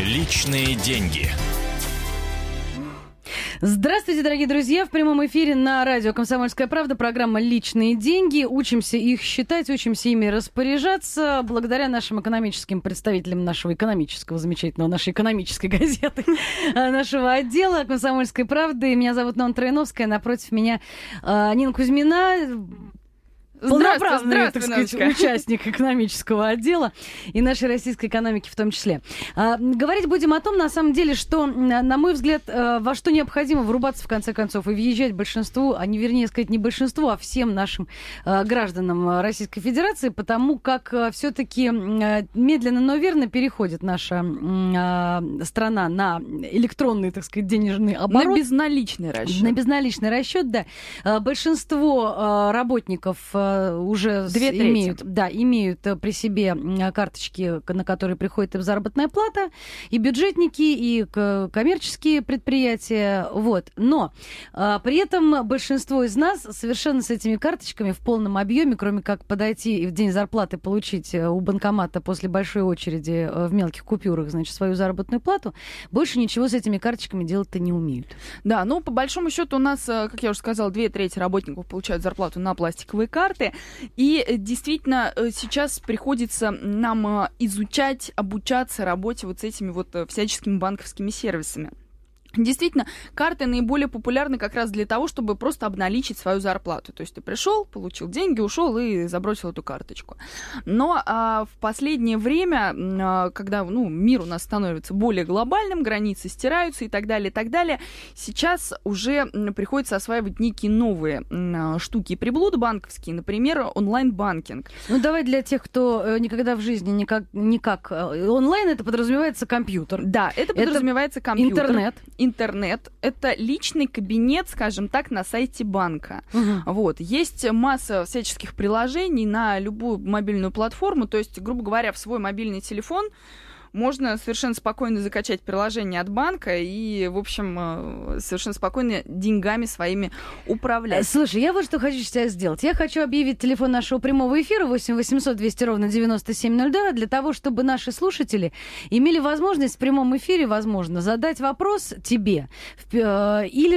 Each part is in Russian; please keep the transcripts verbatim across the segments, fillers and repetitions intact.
Личные деньги. Здравствуйте, дорогие друзья! В прямом эфире на радио «Комсомольская правда» программа «Личные деньги». Учимся их считать, учимся ими распоряжаться. Благодаря нашим экономическим представителям нашего экономического, замечательного, нашей экономической газеты, нашего отдела «Комсомольской правды». Меня зовут Нонна Троиновская, напротив меня Нина Кузьмина. Полноправный, так сказать, участник экономического отдела и нашей российской экономики в том числе. А, говорить будем о том, на самом деле, что, на мой взгляд, во что необходимо врубаться, в конце концов, и въезжать большинству, а не, вернее сказать, не большинству, а всем нашим а, гражданам Российской Федерации, потому как а, все-таки а, медленно, но верно переходит наша а, страна на электронный, так сказать, денежный оборот. На безналичный расчет. На безналичный расчет, да. А, большинство а, работников уже Две имеют, да, имеют при себе карточки, на которые приходит им заработная плата, и бюджетники, и коммерческие предприятия. Вот. Но а, при этом большинство из нас совершенно с этими карточками в полном объеме, кроме как подойти и в день зарплаты получить у банкомата после большой очереди в мелких купюрах, значит, свою заработную плату, больше ничего с этими карточками делать-то не умеют. Да, ну, по большому счету у нас, как я уже сказала, две трети работников получают зарплату на пластиковые карты. И действительно сейчас приходится нам изучать, обучаться работе вот с этими вот всяческими банковскими сервисами. Действительно, карты наиболее популярны как раз для того, чтобы просто обналичить свою зарплату. То есть ты пришел, получил деньги, ушел и забросил эту карточку. Но а, в последнее время, а, когда ну, мир у нас становится более глобальным, границы стираются и так далее, и так далее, сейчас уже приходится осваивать некие новые а, штуки и приблуды банковские, например, онлайн-банкинг. Ну давай для тех, кто никогда в жизни никак... никак... Онлайн это подразумевается компьютер. Да, это подразумевается это компьютер. Интернет. Интернет — это личный кабинет, скажем так, на сайте банка. Угу. Вот. Есть масса всяческих приложений на любую мобильную платформу, то есть, грубо говоря, в свой мобильный телефон можно совершенно спокойно закачать приложение от банка и, в общем, совершенно спокойно деньгами своими управлять. Слушай, я вот что хочу сейчас сделать. Я хочу объявить телефон нашего прямого эфира восемь восемьсот двести ровно девяносто семь ноль два для того, чтобы наши слушатели имели возможность в прямом эфире, возможно, задать вопрос тебе или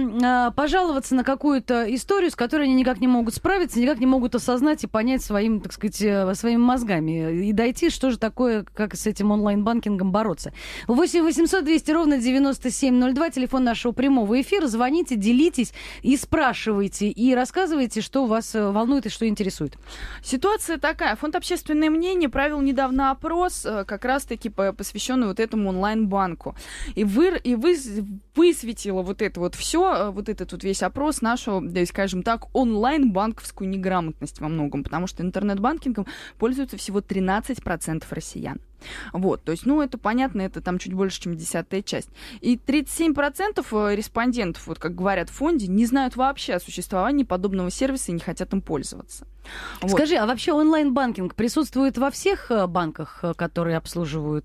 же пожаловаться на какую-то историю, с которой они никак не могут справиться, никак не могут осознать и понять своим, так сказать, своими мозгами и дойти, что же такое, как с этим онлайн-банкингом бороться. восемь восемьсот двести ровно девяносто семь ноль два, телефон нашего прямого эфира. Звоните, делитесь и спрашивайте, и рассказывайте, что вас волнует и что интересует. Ситуация такая. Фонд «Общественное мнение» провел недавно опрос, как раз-таки посвященный вот этому онлайн-банку. И, вы, и вы, высветило вот это вот все, вот этот вот весь опрос нашу, да, скажем так, онлайн-банковскую неграмотность во многом, потому что интернет-банкингом пользуются всего тринадцать процентов россиян. Вот, то есть, ну, это понятно, это там чуть больше, чем десятая часть. И тридцать семь процентов респондентов, вот как говорят в фонде, не знают вообще о существовании подобного сервиса и не хотят им пользоваться. Вот. Скажи, а вообще онлайн-банкинг присутствует во всех банках, которые обслуживают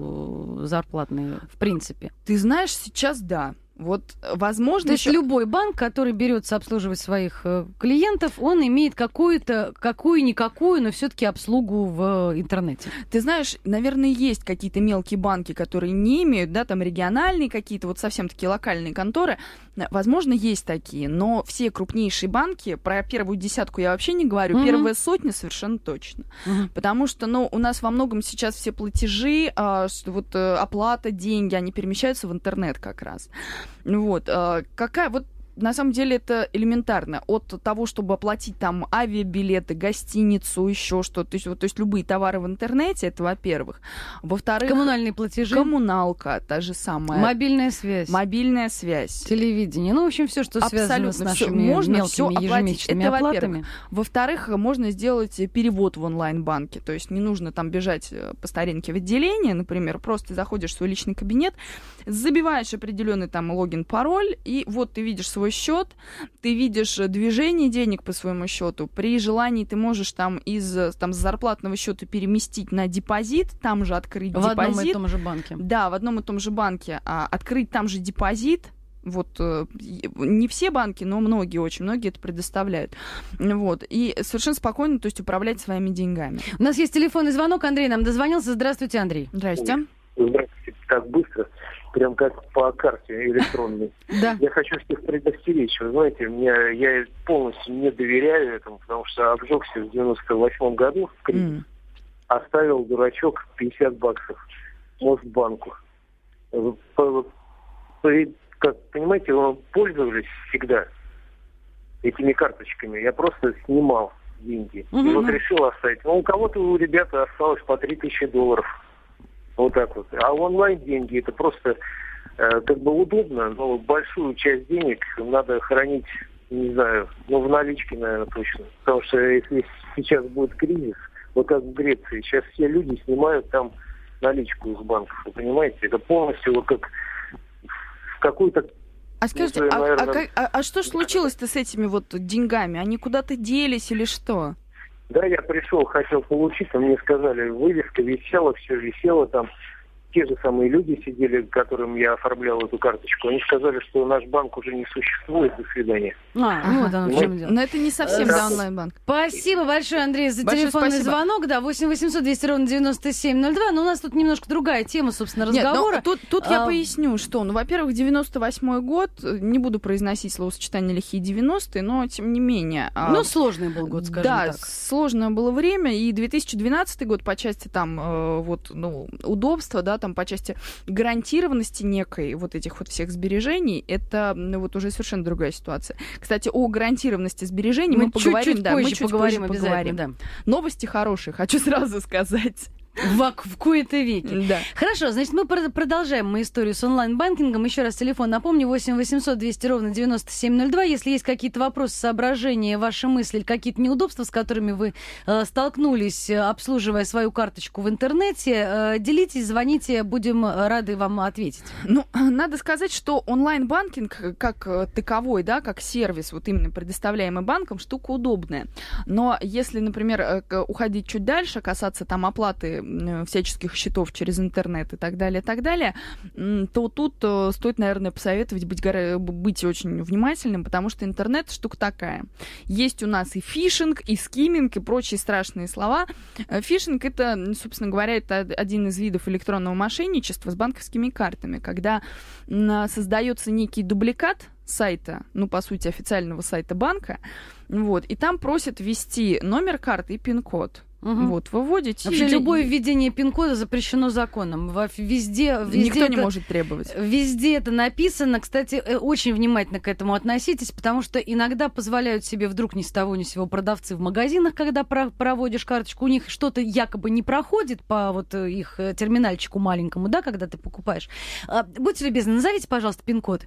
зарплатные, в принципе? Ты знаешь, сейчас да. Вот, возможно, То есть еще... любой банк, который берется обслуживать своих э, клиентов, он имеет какую-то, какую-никакую, но все-таки обслугу в интернете. Ты знаешь, наверное, есть какие-то мелкие банки, которые не имеют, да, там региональные какие-то, вот совсем такие локальные конторы. Возможно, есть такие, но все крупнейшие банки, про первую десятку я вообще не говорю, mm-hmm. первая сотня совершенно точно. Mm-hmm. Потому что, ну, у нас во многом сейчас все платежи, а, вот оплата, деньги, они перемещаются в интернет как раз. Вот, какая вот на самом деле это элементарно. От того, чтобы оплатить там авиабилеты, гостиницу, еще что-то, то есть, вот, то есть любые товары в интернете, это во-первых. Во-вторых, коммунальные платежи. Коммуналка, та же самая. Мобильная связь. Мобильная связь. Телевидение. Ну, в общем, все, что абсолютно связано с нашими всё. Можно мелкими ежемесячными это, оплатами. Во-первых. Во-вторых, можно сделать перевод в онлайн-банке. То есть не нужно там бежать по старинке в отделение, например, просто заходишь в свой личный кабинет, забиваешь определенный там логин, пароль, и вот ты видишь свой счет, ты видишь движение денег по своему счету. При желании ты можешь там из там, с зарплатного счета переместить на депозит, там же открыть в депозит. В одном и том же банке. Да, в одном и том же банке. А, открыть там же депозит. Вот не все банки, но многие, очень многие это предоставляют. Вот. И совершенно спокойно, то есть управлять своими деньгами. У нас есть телефонный звонок. Андрей нам дозвонился. Здравствуйте, Андрей. Здрасте. Здравствуйте. так быстро, прям как по карте электронной. Да. Я хочу всех предостеречь. Вы знаете, мне, я полностью не доверяю этому, потому что обжегся в девяносто восьмом году в кризис. Mm. Оставил дурачок пятьдесят баксов Мосбанку. Как понимаете, вы пользовались всегда этими карточками. Я просто снимал деньги. Mm-hmm. И вот решил оставить. Ну, у кого-то, у ребят осталось по три тысячи долларов. Вот так вот. А онлайн деньги это просто э, как бы удобно, но большую часть денег надо хранить, не знаю, ну в наличке, наверное, точно. Потому что если сейчас будет кризис, вот как в Греции, сейчас все люди снимают там наличку из банков, вы понимаете? Это полностью вот как в какую-то... А скажите, знаю, а, наверное... а, а, а что ж случилось-то с этими вот деньгами? Они куда-то делись или что? Да, я пришел, хотел получить, а мне сказали, вывеска висела, все висело там. Те же самые люди сидели, которым я оформлял эту карточку. Они сказали, что наш банк уже не существует. До свидания. А, ага. Вот оно в чем дело. Но это не совсем да, онлайн-банк. Спасибо большое, Андрей, за большое телефонный спасибо. звонок. Да, восемь восемьсот двести ровно девяносто семь ноль два. Но у нас тут немножко другая тема, собственно, разговора. Нет, тут тут а... я поясню, что, ну, во-первых, девяносто восьмой год, не буду произносить словосочетание «лихие девяностые», но, тем не менее... Ну, а... сложный был год, скажем да, так. Да, сложное было время, и две тысячи двенадцатый год по части там, э, вот, ну, удобства, да, там, по части гарантированности некой вот этих вот всех сбережений, это ну, вот уже совершенно другая ситуация. Кстати, о гарантированности сбережений мы, мы поговорим, чуть-чуть да, позже мы чуть поговорим, позже поговорим. Да. Новости хорошие, хочу сразу сказать. В, в кои-то веки. Да. Хорошо, значит, мы продолжаем мы историю с онлайн-банкингом. Еще раз телефон напомню, восемь восемьсот двести ровно девяносто семь ноль два. Если есть какие-то вопросы, соображения, ваши мысли, какие-то неудобства, с которыми вы э, столкнулись, обслуживая свою карточку в интернете, э, делитесь, звоните, будем рады вам ответить. Ну, надо сказать, что онлайн-банкинг как таковой, да, как сервис, вот именно предоставляемый банком, штука удобная. Но если, например, уходить чуть дальше, касаться там оплаты всяческих счетов через интернет и так далее, и так далее, то тут стоит, наверное, посоветовать быть, быть очень внимательным, потому что интернет штука такая. Есть у нас и фишинг, и скимминг, и прочие страшные слова. Фишинг — это, собственно говоря, это один из видов электронного мошенничества с банковскими картами, когда создается некий дубликат сайта, ну, по сути, официального сайта банка, вот, и там просят ввести номер карты и пин-код. Угу. Вот, выводите. Вообще, и... любое введение пин-кода запрещено законом. Везде, везде Никто это, не может требовать. Везде это написано. Кстати, очень внимательно к этому относитесь, потому что иногда позволяют себе вдруг ни с того ни с сего продавцы в магазинах, когда про- проводишь карточку, у них что-то якобы не проходит по вот их терминальчику маленькому, да, когда ты покупаешь. А, будьте любезны, назовите, пожалуйста, пин-код.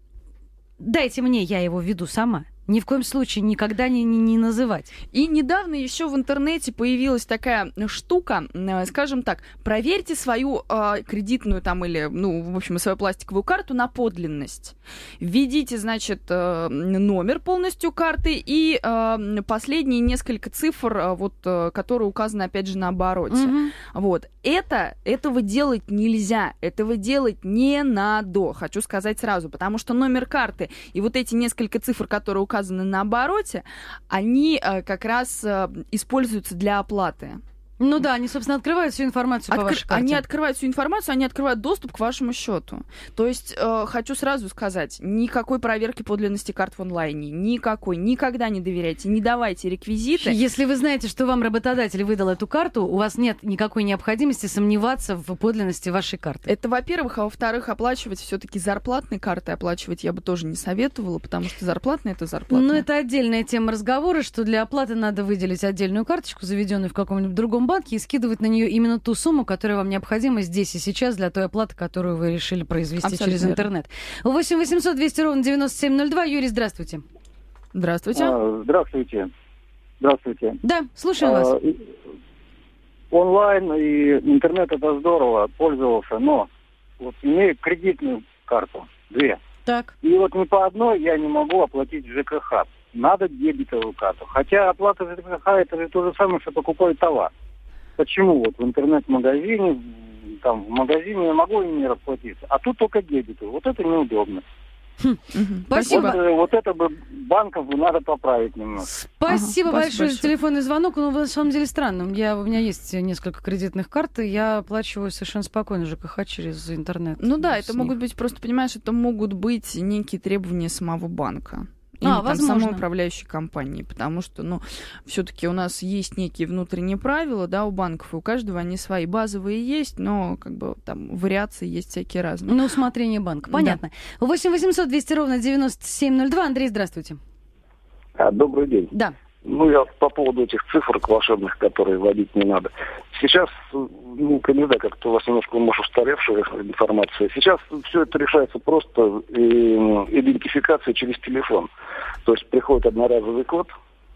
Дайте мне, я его введу сама. Ни в коем случае никогда не, не, не называть. И недавно еще в интернете появилась такая штука, скажем так, проверьте свою э, кредитную там или, ну, в общем, свою пластиковую карту на подлинность. Введите, значит, э, номер полностью карты и э, последние несколько цифр, э, вот, э, которые указаны, опять же, на обороте. Mm-hmm. Вот. Это, этого делать нельзя, этого делать не надо, хочу сказать сразу, потому что номер карты и вот эти несколько цифр, которые указаны указаны на обороте, они э, как раз э, используются для оплаты. Ну да, они, собственно, открывают всю информацию Откр... по вашей карте. Они открывают всю информацию, они открывают доступ к вашему счету. То есть, э, хочу сразу сказать, никакой проверки подлинности карт в онлайне, никакой, никогда не доверяйте, не давайте реквизиты. Если вы знаете, что вам работодатель выдал эту карту, у вас нет никакой необходимости сомневаться в подлинности вашей карты. Это, во-первых, а во-вторых, оплачивать все-таки зарплатной картой оплачивать я бы тоже не советовала, потому что зарплатная — это зарплатная. Ну, это отдельная тема разговора, что для оплаты надо выделить отдельную карточку, заведенную в каком-нибудь другом банке, и скидывать на нее именно ту сумму, которая вам необходима здесь и сейчас для той оплаты, которую вы решили произвести Абсолютно через интернет. восемь восемьсот двести ровно девяносто семь ноль два. Юрий, здравствуйте. Здравствуйте. А, здравствуйте. Здравствуйте. Да, слушаю а, вас. Онлайн и интернет — это здорово, пользовался, но вот имею кредитную карту, две. Так. И вот ни по одной я не могу оплатить ЖКХ. Надо дебетовую карту. Хотя оплата ЖКХ — это же то же самое, что покупать товар. Почему вот в интернет-магазине, там в магазине я могу ими расплатиться, а тут только дебетовую. Вот это неудобно. Хм. Спасибо. Вот, вот это бы банков надо поправить немного. Спасибо ага, большое за большое. телефонный звонок. Ну, на самом деле странно. Я, у меня есть несколько кредитных карт, и я оплачиваю совершенно спокойно ЖКХ через интернет. Ну да, это них. могут быть, просто понимаешь, это могут быть некие требования самого банка. Или А, там возможно. самой управляющей компании, потому что, ну, все-таки у нас есть некие внутренние правила, да, у банков, и у каждого они свои базовые есть, но как бы там вариации есть всякие разные. На усмотрение банка. Понятно. восемь восемьсот двести ровно девяносто семь ноль два. Андрей, здравствуйте. А, добрый день. Да. Ну, я по поводу этих цифр волшебных, которые вводить не надо. Сейчас, ну, не знаю, как-то у вас немножко, может, устаревшая информация. Сейчас все это решается просто э, идентификацией через телефон. То есть приходит одноразовый код,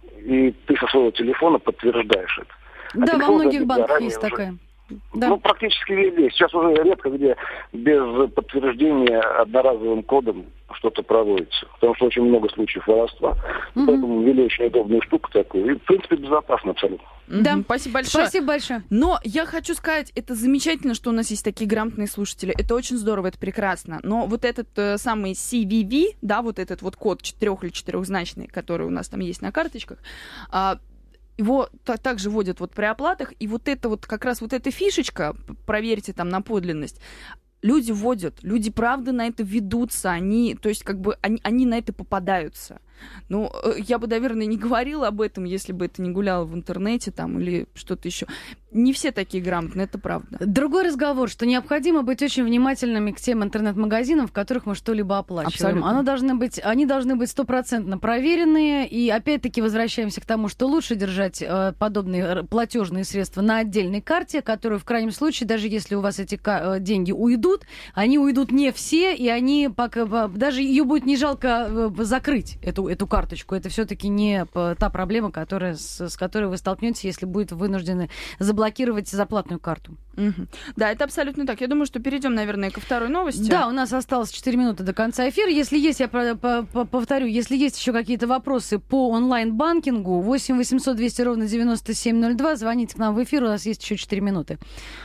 и ты со своего телефона подтверждаешь это. А Да, во многих забит банках заранее есть уже. такая. Да. Ну, практически везде. Сейчас уже редко где без подтверждения одноразовым кодом что-то проводится. Потому что очень много случаев воровства. Мгм. Поэтому ввели очень удобную штуку такую. И, в принципе, безопасно абсолютно. Да. Мгм, спасибо большое. Спасибо большое. Но я хочу сказать, это замечательно, что у нас есть такие грамотные слушатели. Это очень здорово, это прекрасно. Но вот этот э, самый си ви ви, да, вот этот вот код четырех- или четырехзначный, который у нас там есть на карточках, а, его та- также вводят вот при оплатах, и вот это вот как раз вот эта фишечка, п- проверьте там на подлинность, люди вводят, люди правда на это ведутся, они, то есть как бы они, они на это попадаются. Ну, э, я бы, наверное, не говорила об этом, если бы это не гуляло в интернете там или что-то еще. Не все такие грамотные, это правда. Другой разговор, что необходимо быть очень внимательными к тем интернет-магазинам, в которых мы что-либо оплачиваем. Абсолютно. Оно должны быть, они должны быть стопроцентно проверенные, и опять-таки возвращаемся к тому, что лучше держать э, подобные р- платежные средства на отдельной карте, которую в крайнем случае, даже если у вас эти ка- э, деньги уйдут, они уйдут не все, и они пока, по- даже ее будет не жалко э, закрыть, эту, эту карточку. Это все-таки не п- та проблема, которая, с, с которой вы столкнетесь, если будете вынуждены заблокировать заплатную карту. Мгм. Да, это абсолютно так. Я думаю, что перейдем, наверное, ко второй новости. Да, у нас осталось четыре минуты до конца эфира. Если есть, я про- по- по- повторю, если есть еще какие-то вопросы по онлайн-банкингу, восемь восемьсот двести ровно девяносто семь ноль два, звоните к нам в эфир, у нас есть еще четыре минуты.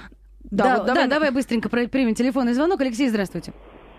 Да, Да, вот да, давай- давай быстренько про- примем телефонный звонок. Алексей, здравствуйте.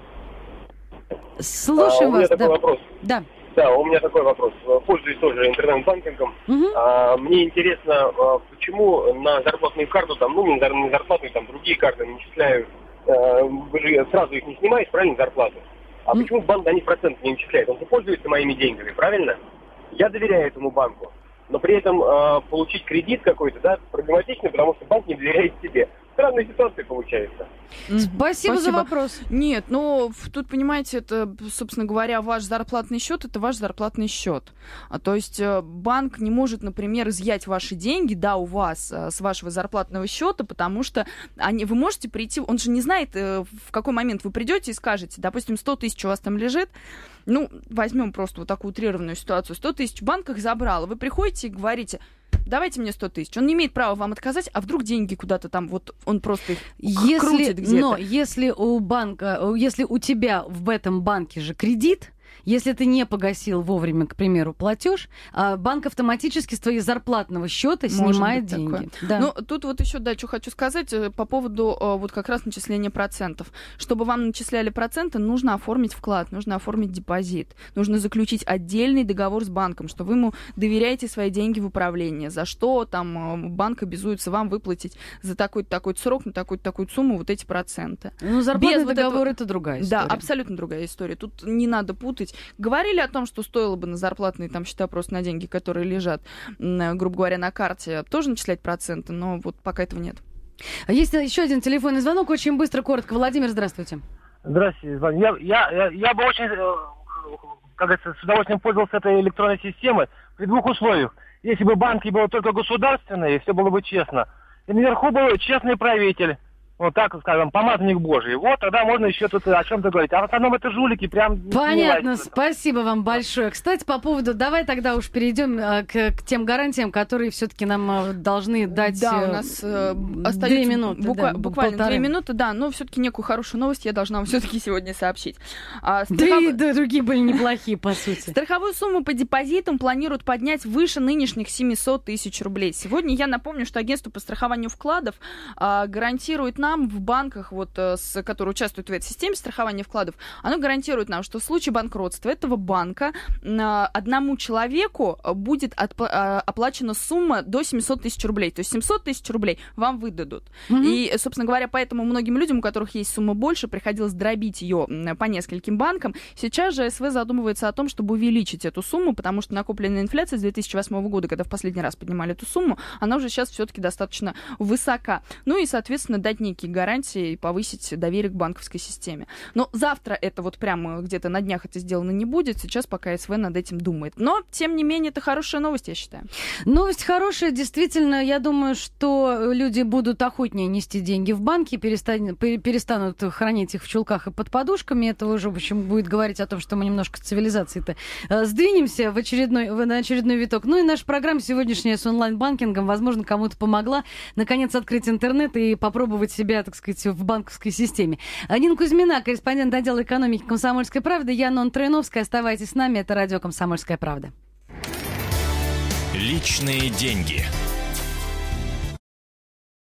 Слушаем А, у меня вас. такой Да. вопрос. Да. Да, у меня такой вопрос. Пользуюсь тоже интернет-банкингом. Мгм. А, мне интересно, а, почему на зарплатную карту, там, ну, не зар- не зарплатную, там, другие карты начисляют, а, вы же сразу их не снимаете, правильно, зарплату? А М. почему банк на них процент не начисляет? Он же пользуется моими деньгами, правильно? Я доверяю этому банку. Но при этом а, получить кредит какой-то, да, проблематично, потому что банк не доверяет себе. Странная ситуация получается. Мгм. Спасибо, за вопрос. Нет, ну в- тут, понимаете, это, собственно говоря, ваш зарплатный счет, это ваш зарплатный счет. А, то есть э, банк не может, например, изъять ваши деньги, да, у вас э, с вашего зарплатного счета, потому что они, вы можете прийти, он же не знает, э, в какой момент вы придете и скажете, допустим, сто тысяч у вас там лежит, ну, возьмем просто вот такую утрированную ситуацию, сто тысяч в банках забрал, вы приходите и говорите: давайте мне сто тысяч. Он не имеет права вам отказать, а вдруг деньги куда-то там, вот он просто их Если, крутит где-то. но если у банка, э, если у тебя в этом банке же кредит, если ты не погасил вовремя, к примеру, платеж, а, банк автоматически с твоего зарплатного счета Может снимает быть деньги. такое. Да. Ну, тут вот еще, да, что хочу сказать э, по поводу э, вот как раз начисления процентов. Чтобы вам начисляли проценты, нужно оформить вклад, нужно оформить депозит, нужно заключить отдельный договор с банком, что вы ему доверяете свои деньги в управление, за что там э, банк обязуется вам выплатить за такой-то такой срок, на такую-то такую сумму вот эти проценты. Ну, зарплатный без вот договор этого- это другая Да, история. абсолютно другая история. Тут не надо путать. Говорили о том, что стоило бы на зарплатные там счета просто на деньги, которые лежат, м, грубо говоря, на карте, тоже начислять проценты, но вот пока этого нет. Есть еще один телефонный звонок, очень быстро, коротко. Владимир, здравствуйте. Здравствуйте, Иван. Я, я, я, я бы очень, э, как говорится, с удовольствием пользовался этой электронной системой при двух условиях. Если бы банки были только государственные, все было бы честно. И наверху был честный правитель. Вот так, скажем, помазанник Божий. Вот тогда можно еще тут о чем-то говорить. А в основном это жулики, прям... не Понятно, сомневайтесь. спасибо вам большое. Кстати, по поводу, давай тогда уж перейдем э, к, к тем гарантиям, которые все-таки нам э, должны дать. Да, э, у нас э, две остается минуты, буква- да, буквально полторы. две минуты, да, но все-таки некую хорошую новость я должна вам все-таки сегодня сообщить. А, Да страхов- и да, другие были неплохие, по сути. Страховую сумму по депозитам планируют поднять выше нынешних семьсот тысяч рублей. Сегодня я напомню, что агентство по страхованию вкладов а, гарантирует нам нам в банках, вот, с, которые участвуют в этой системе страхования вкладов, оно гарантирует нам, что в случае банкротства этого банка одному человеку будет отпла- оплачена сумма до семьсот тысяч рублей. То есть семьсот тысяч рублей вам выдадут. Mm-hmm. И, собственно говоря, поэтому многим людям, у которых есть сумма больше, приходилось дробить ее по нескольким банкам. Сейчас же СВ задумывается о том, чтобы увеличить эту сумму, потому что накопленная инфляция с две тысячи восьмого года, когда в последний раз поднимали эту сумму, она уже сейчас все-таки достаточно высока. Ну и, соответственно, дать некие гарантии и повысить доверие к банковской системе. Но завтра это вот прямо где-то на днях это сделано не будет. Сейчас пока СВ над этим думает. Но, тем не менее, это хорошая новость, я считаю. Новость хорошая. Действительно, я думаю, что люди будут охотнее нести деньги в банки, перестанут, перестанут хранить их в чулках и под подушками. Это уже, в общем, будет говорить о том, что мы немножко цивилизации-то сдвинемся в очередной, в, на очередной виток. Ну и наша программа сегодняшняя с онлайн-банкингом, возможно, кому-то помогла наконец открыть интернет и попробовать себя, так сказать, в банковской системе. Нина Кузьмина, корреспондент отдела экономики «Комсомольской правды». Я Нонна Троиновская. Оставайтесь с нами. Это радио «Комсомольская правда». Личные деньги.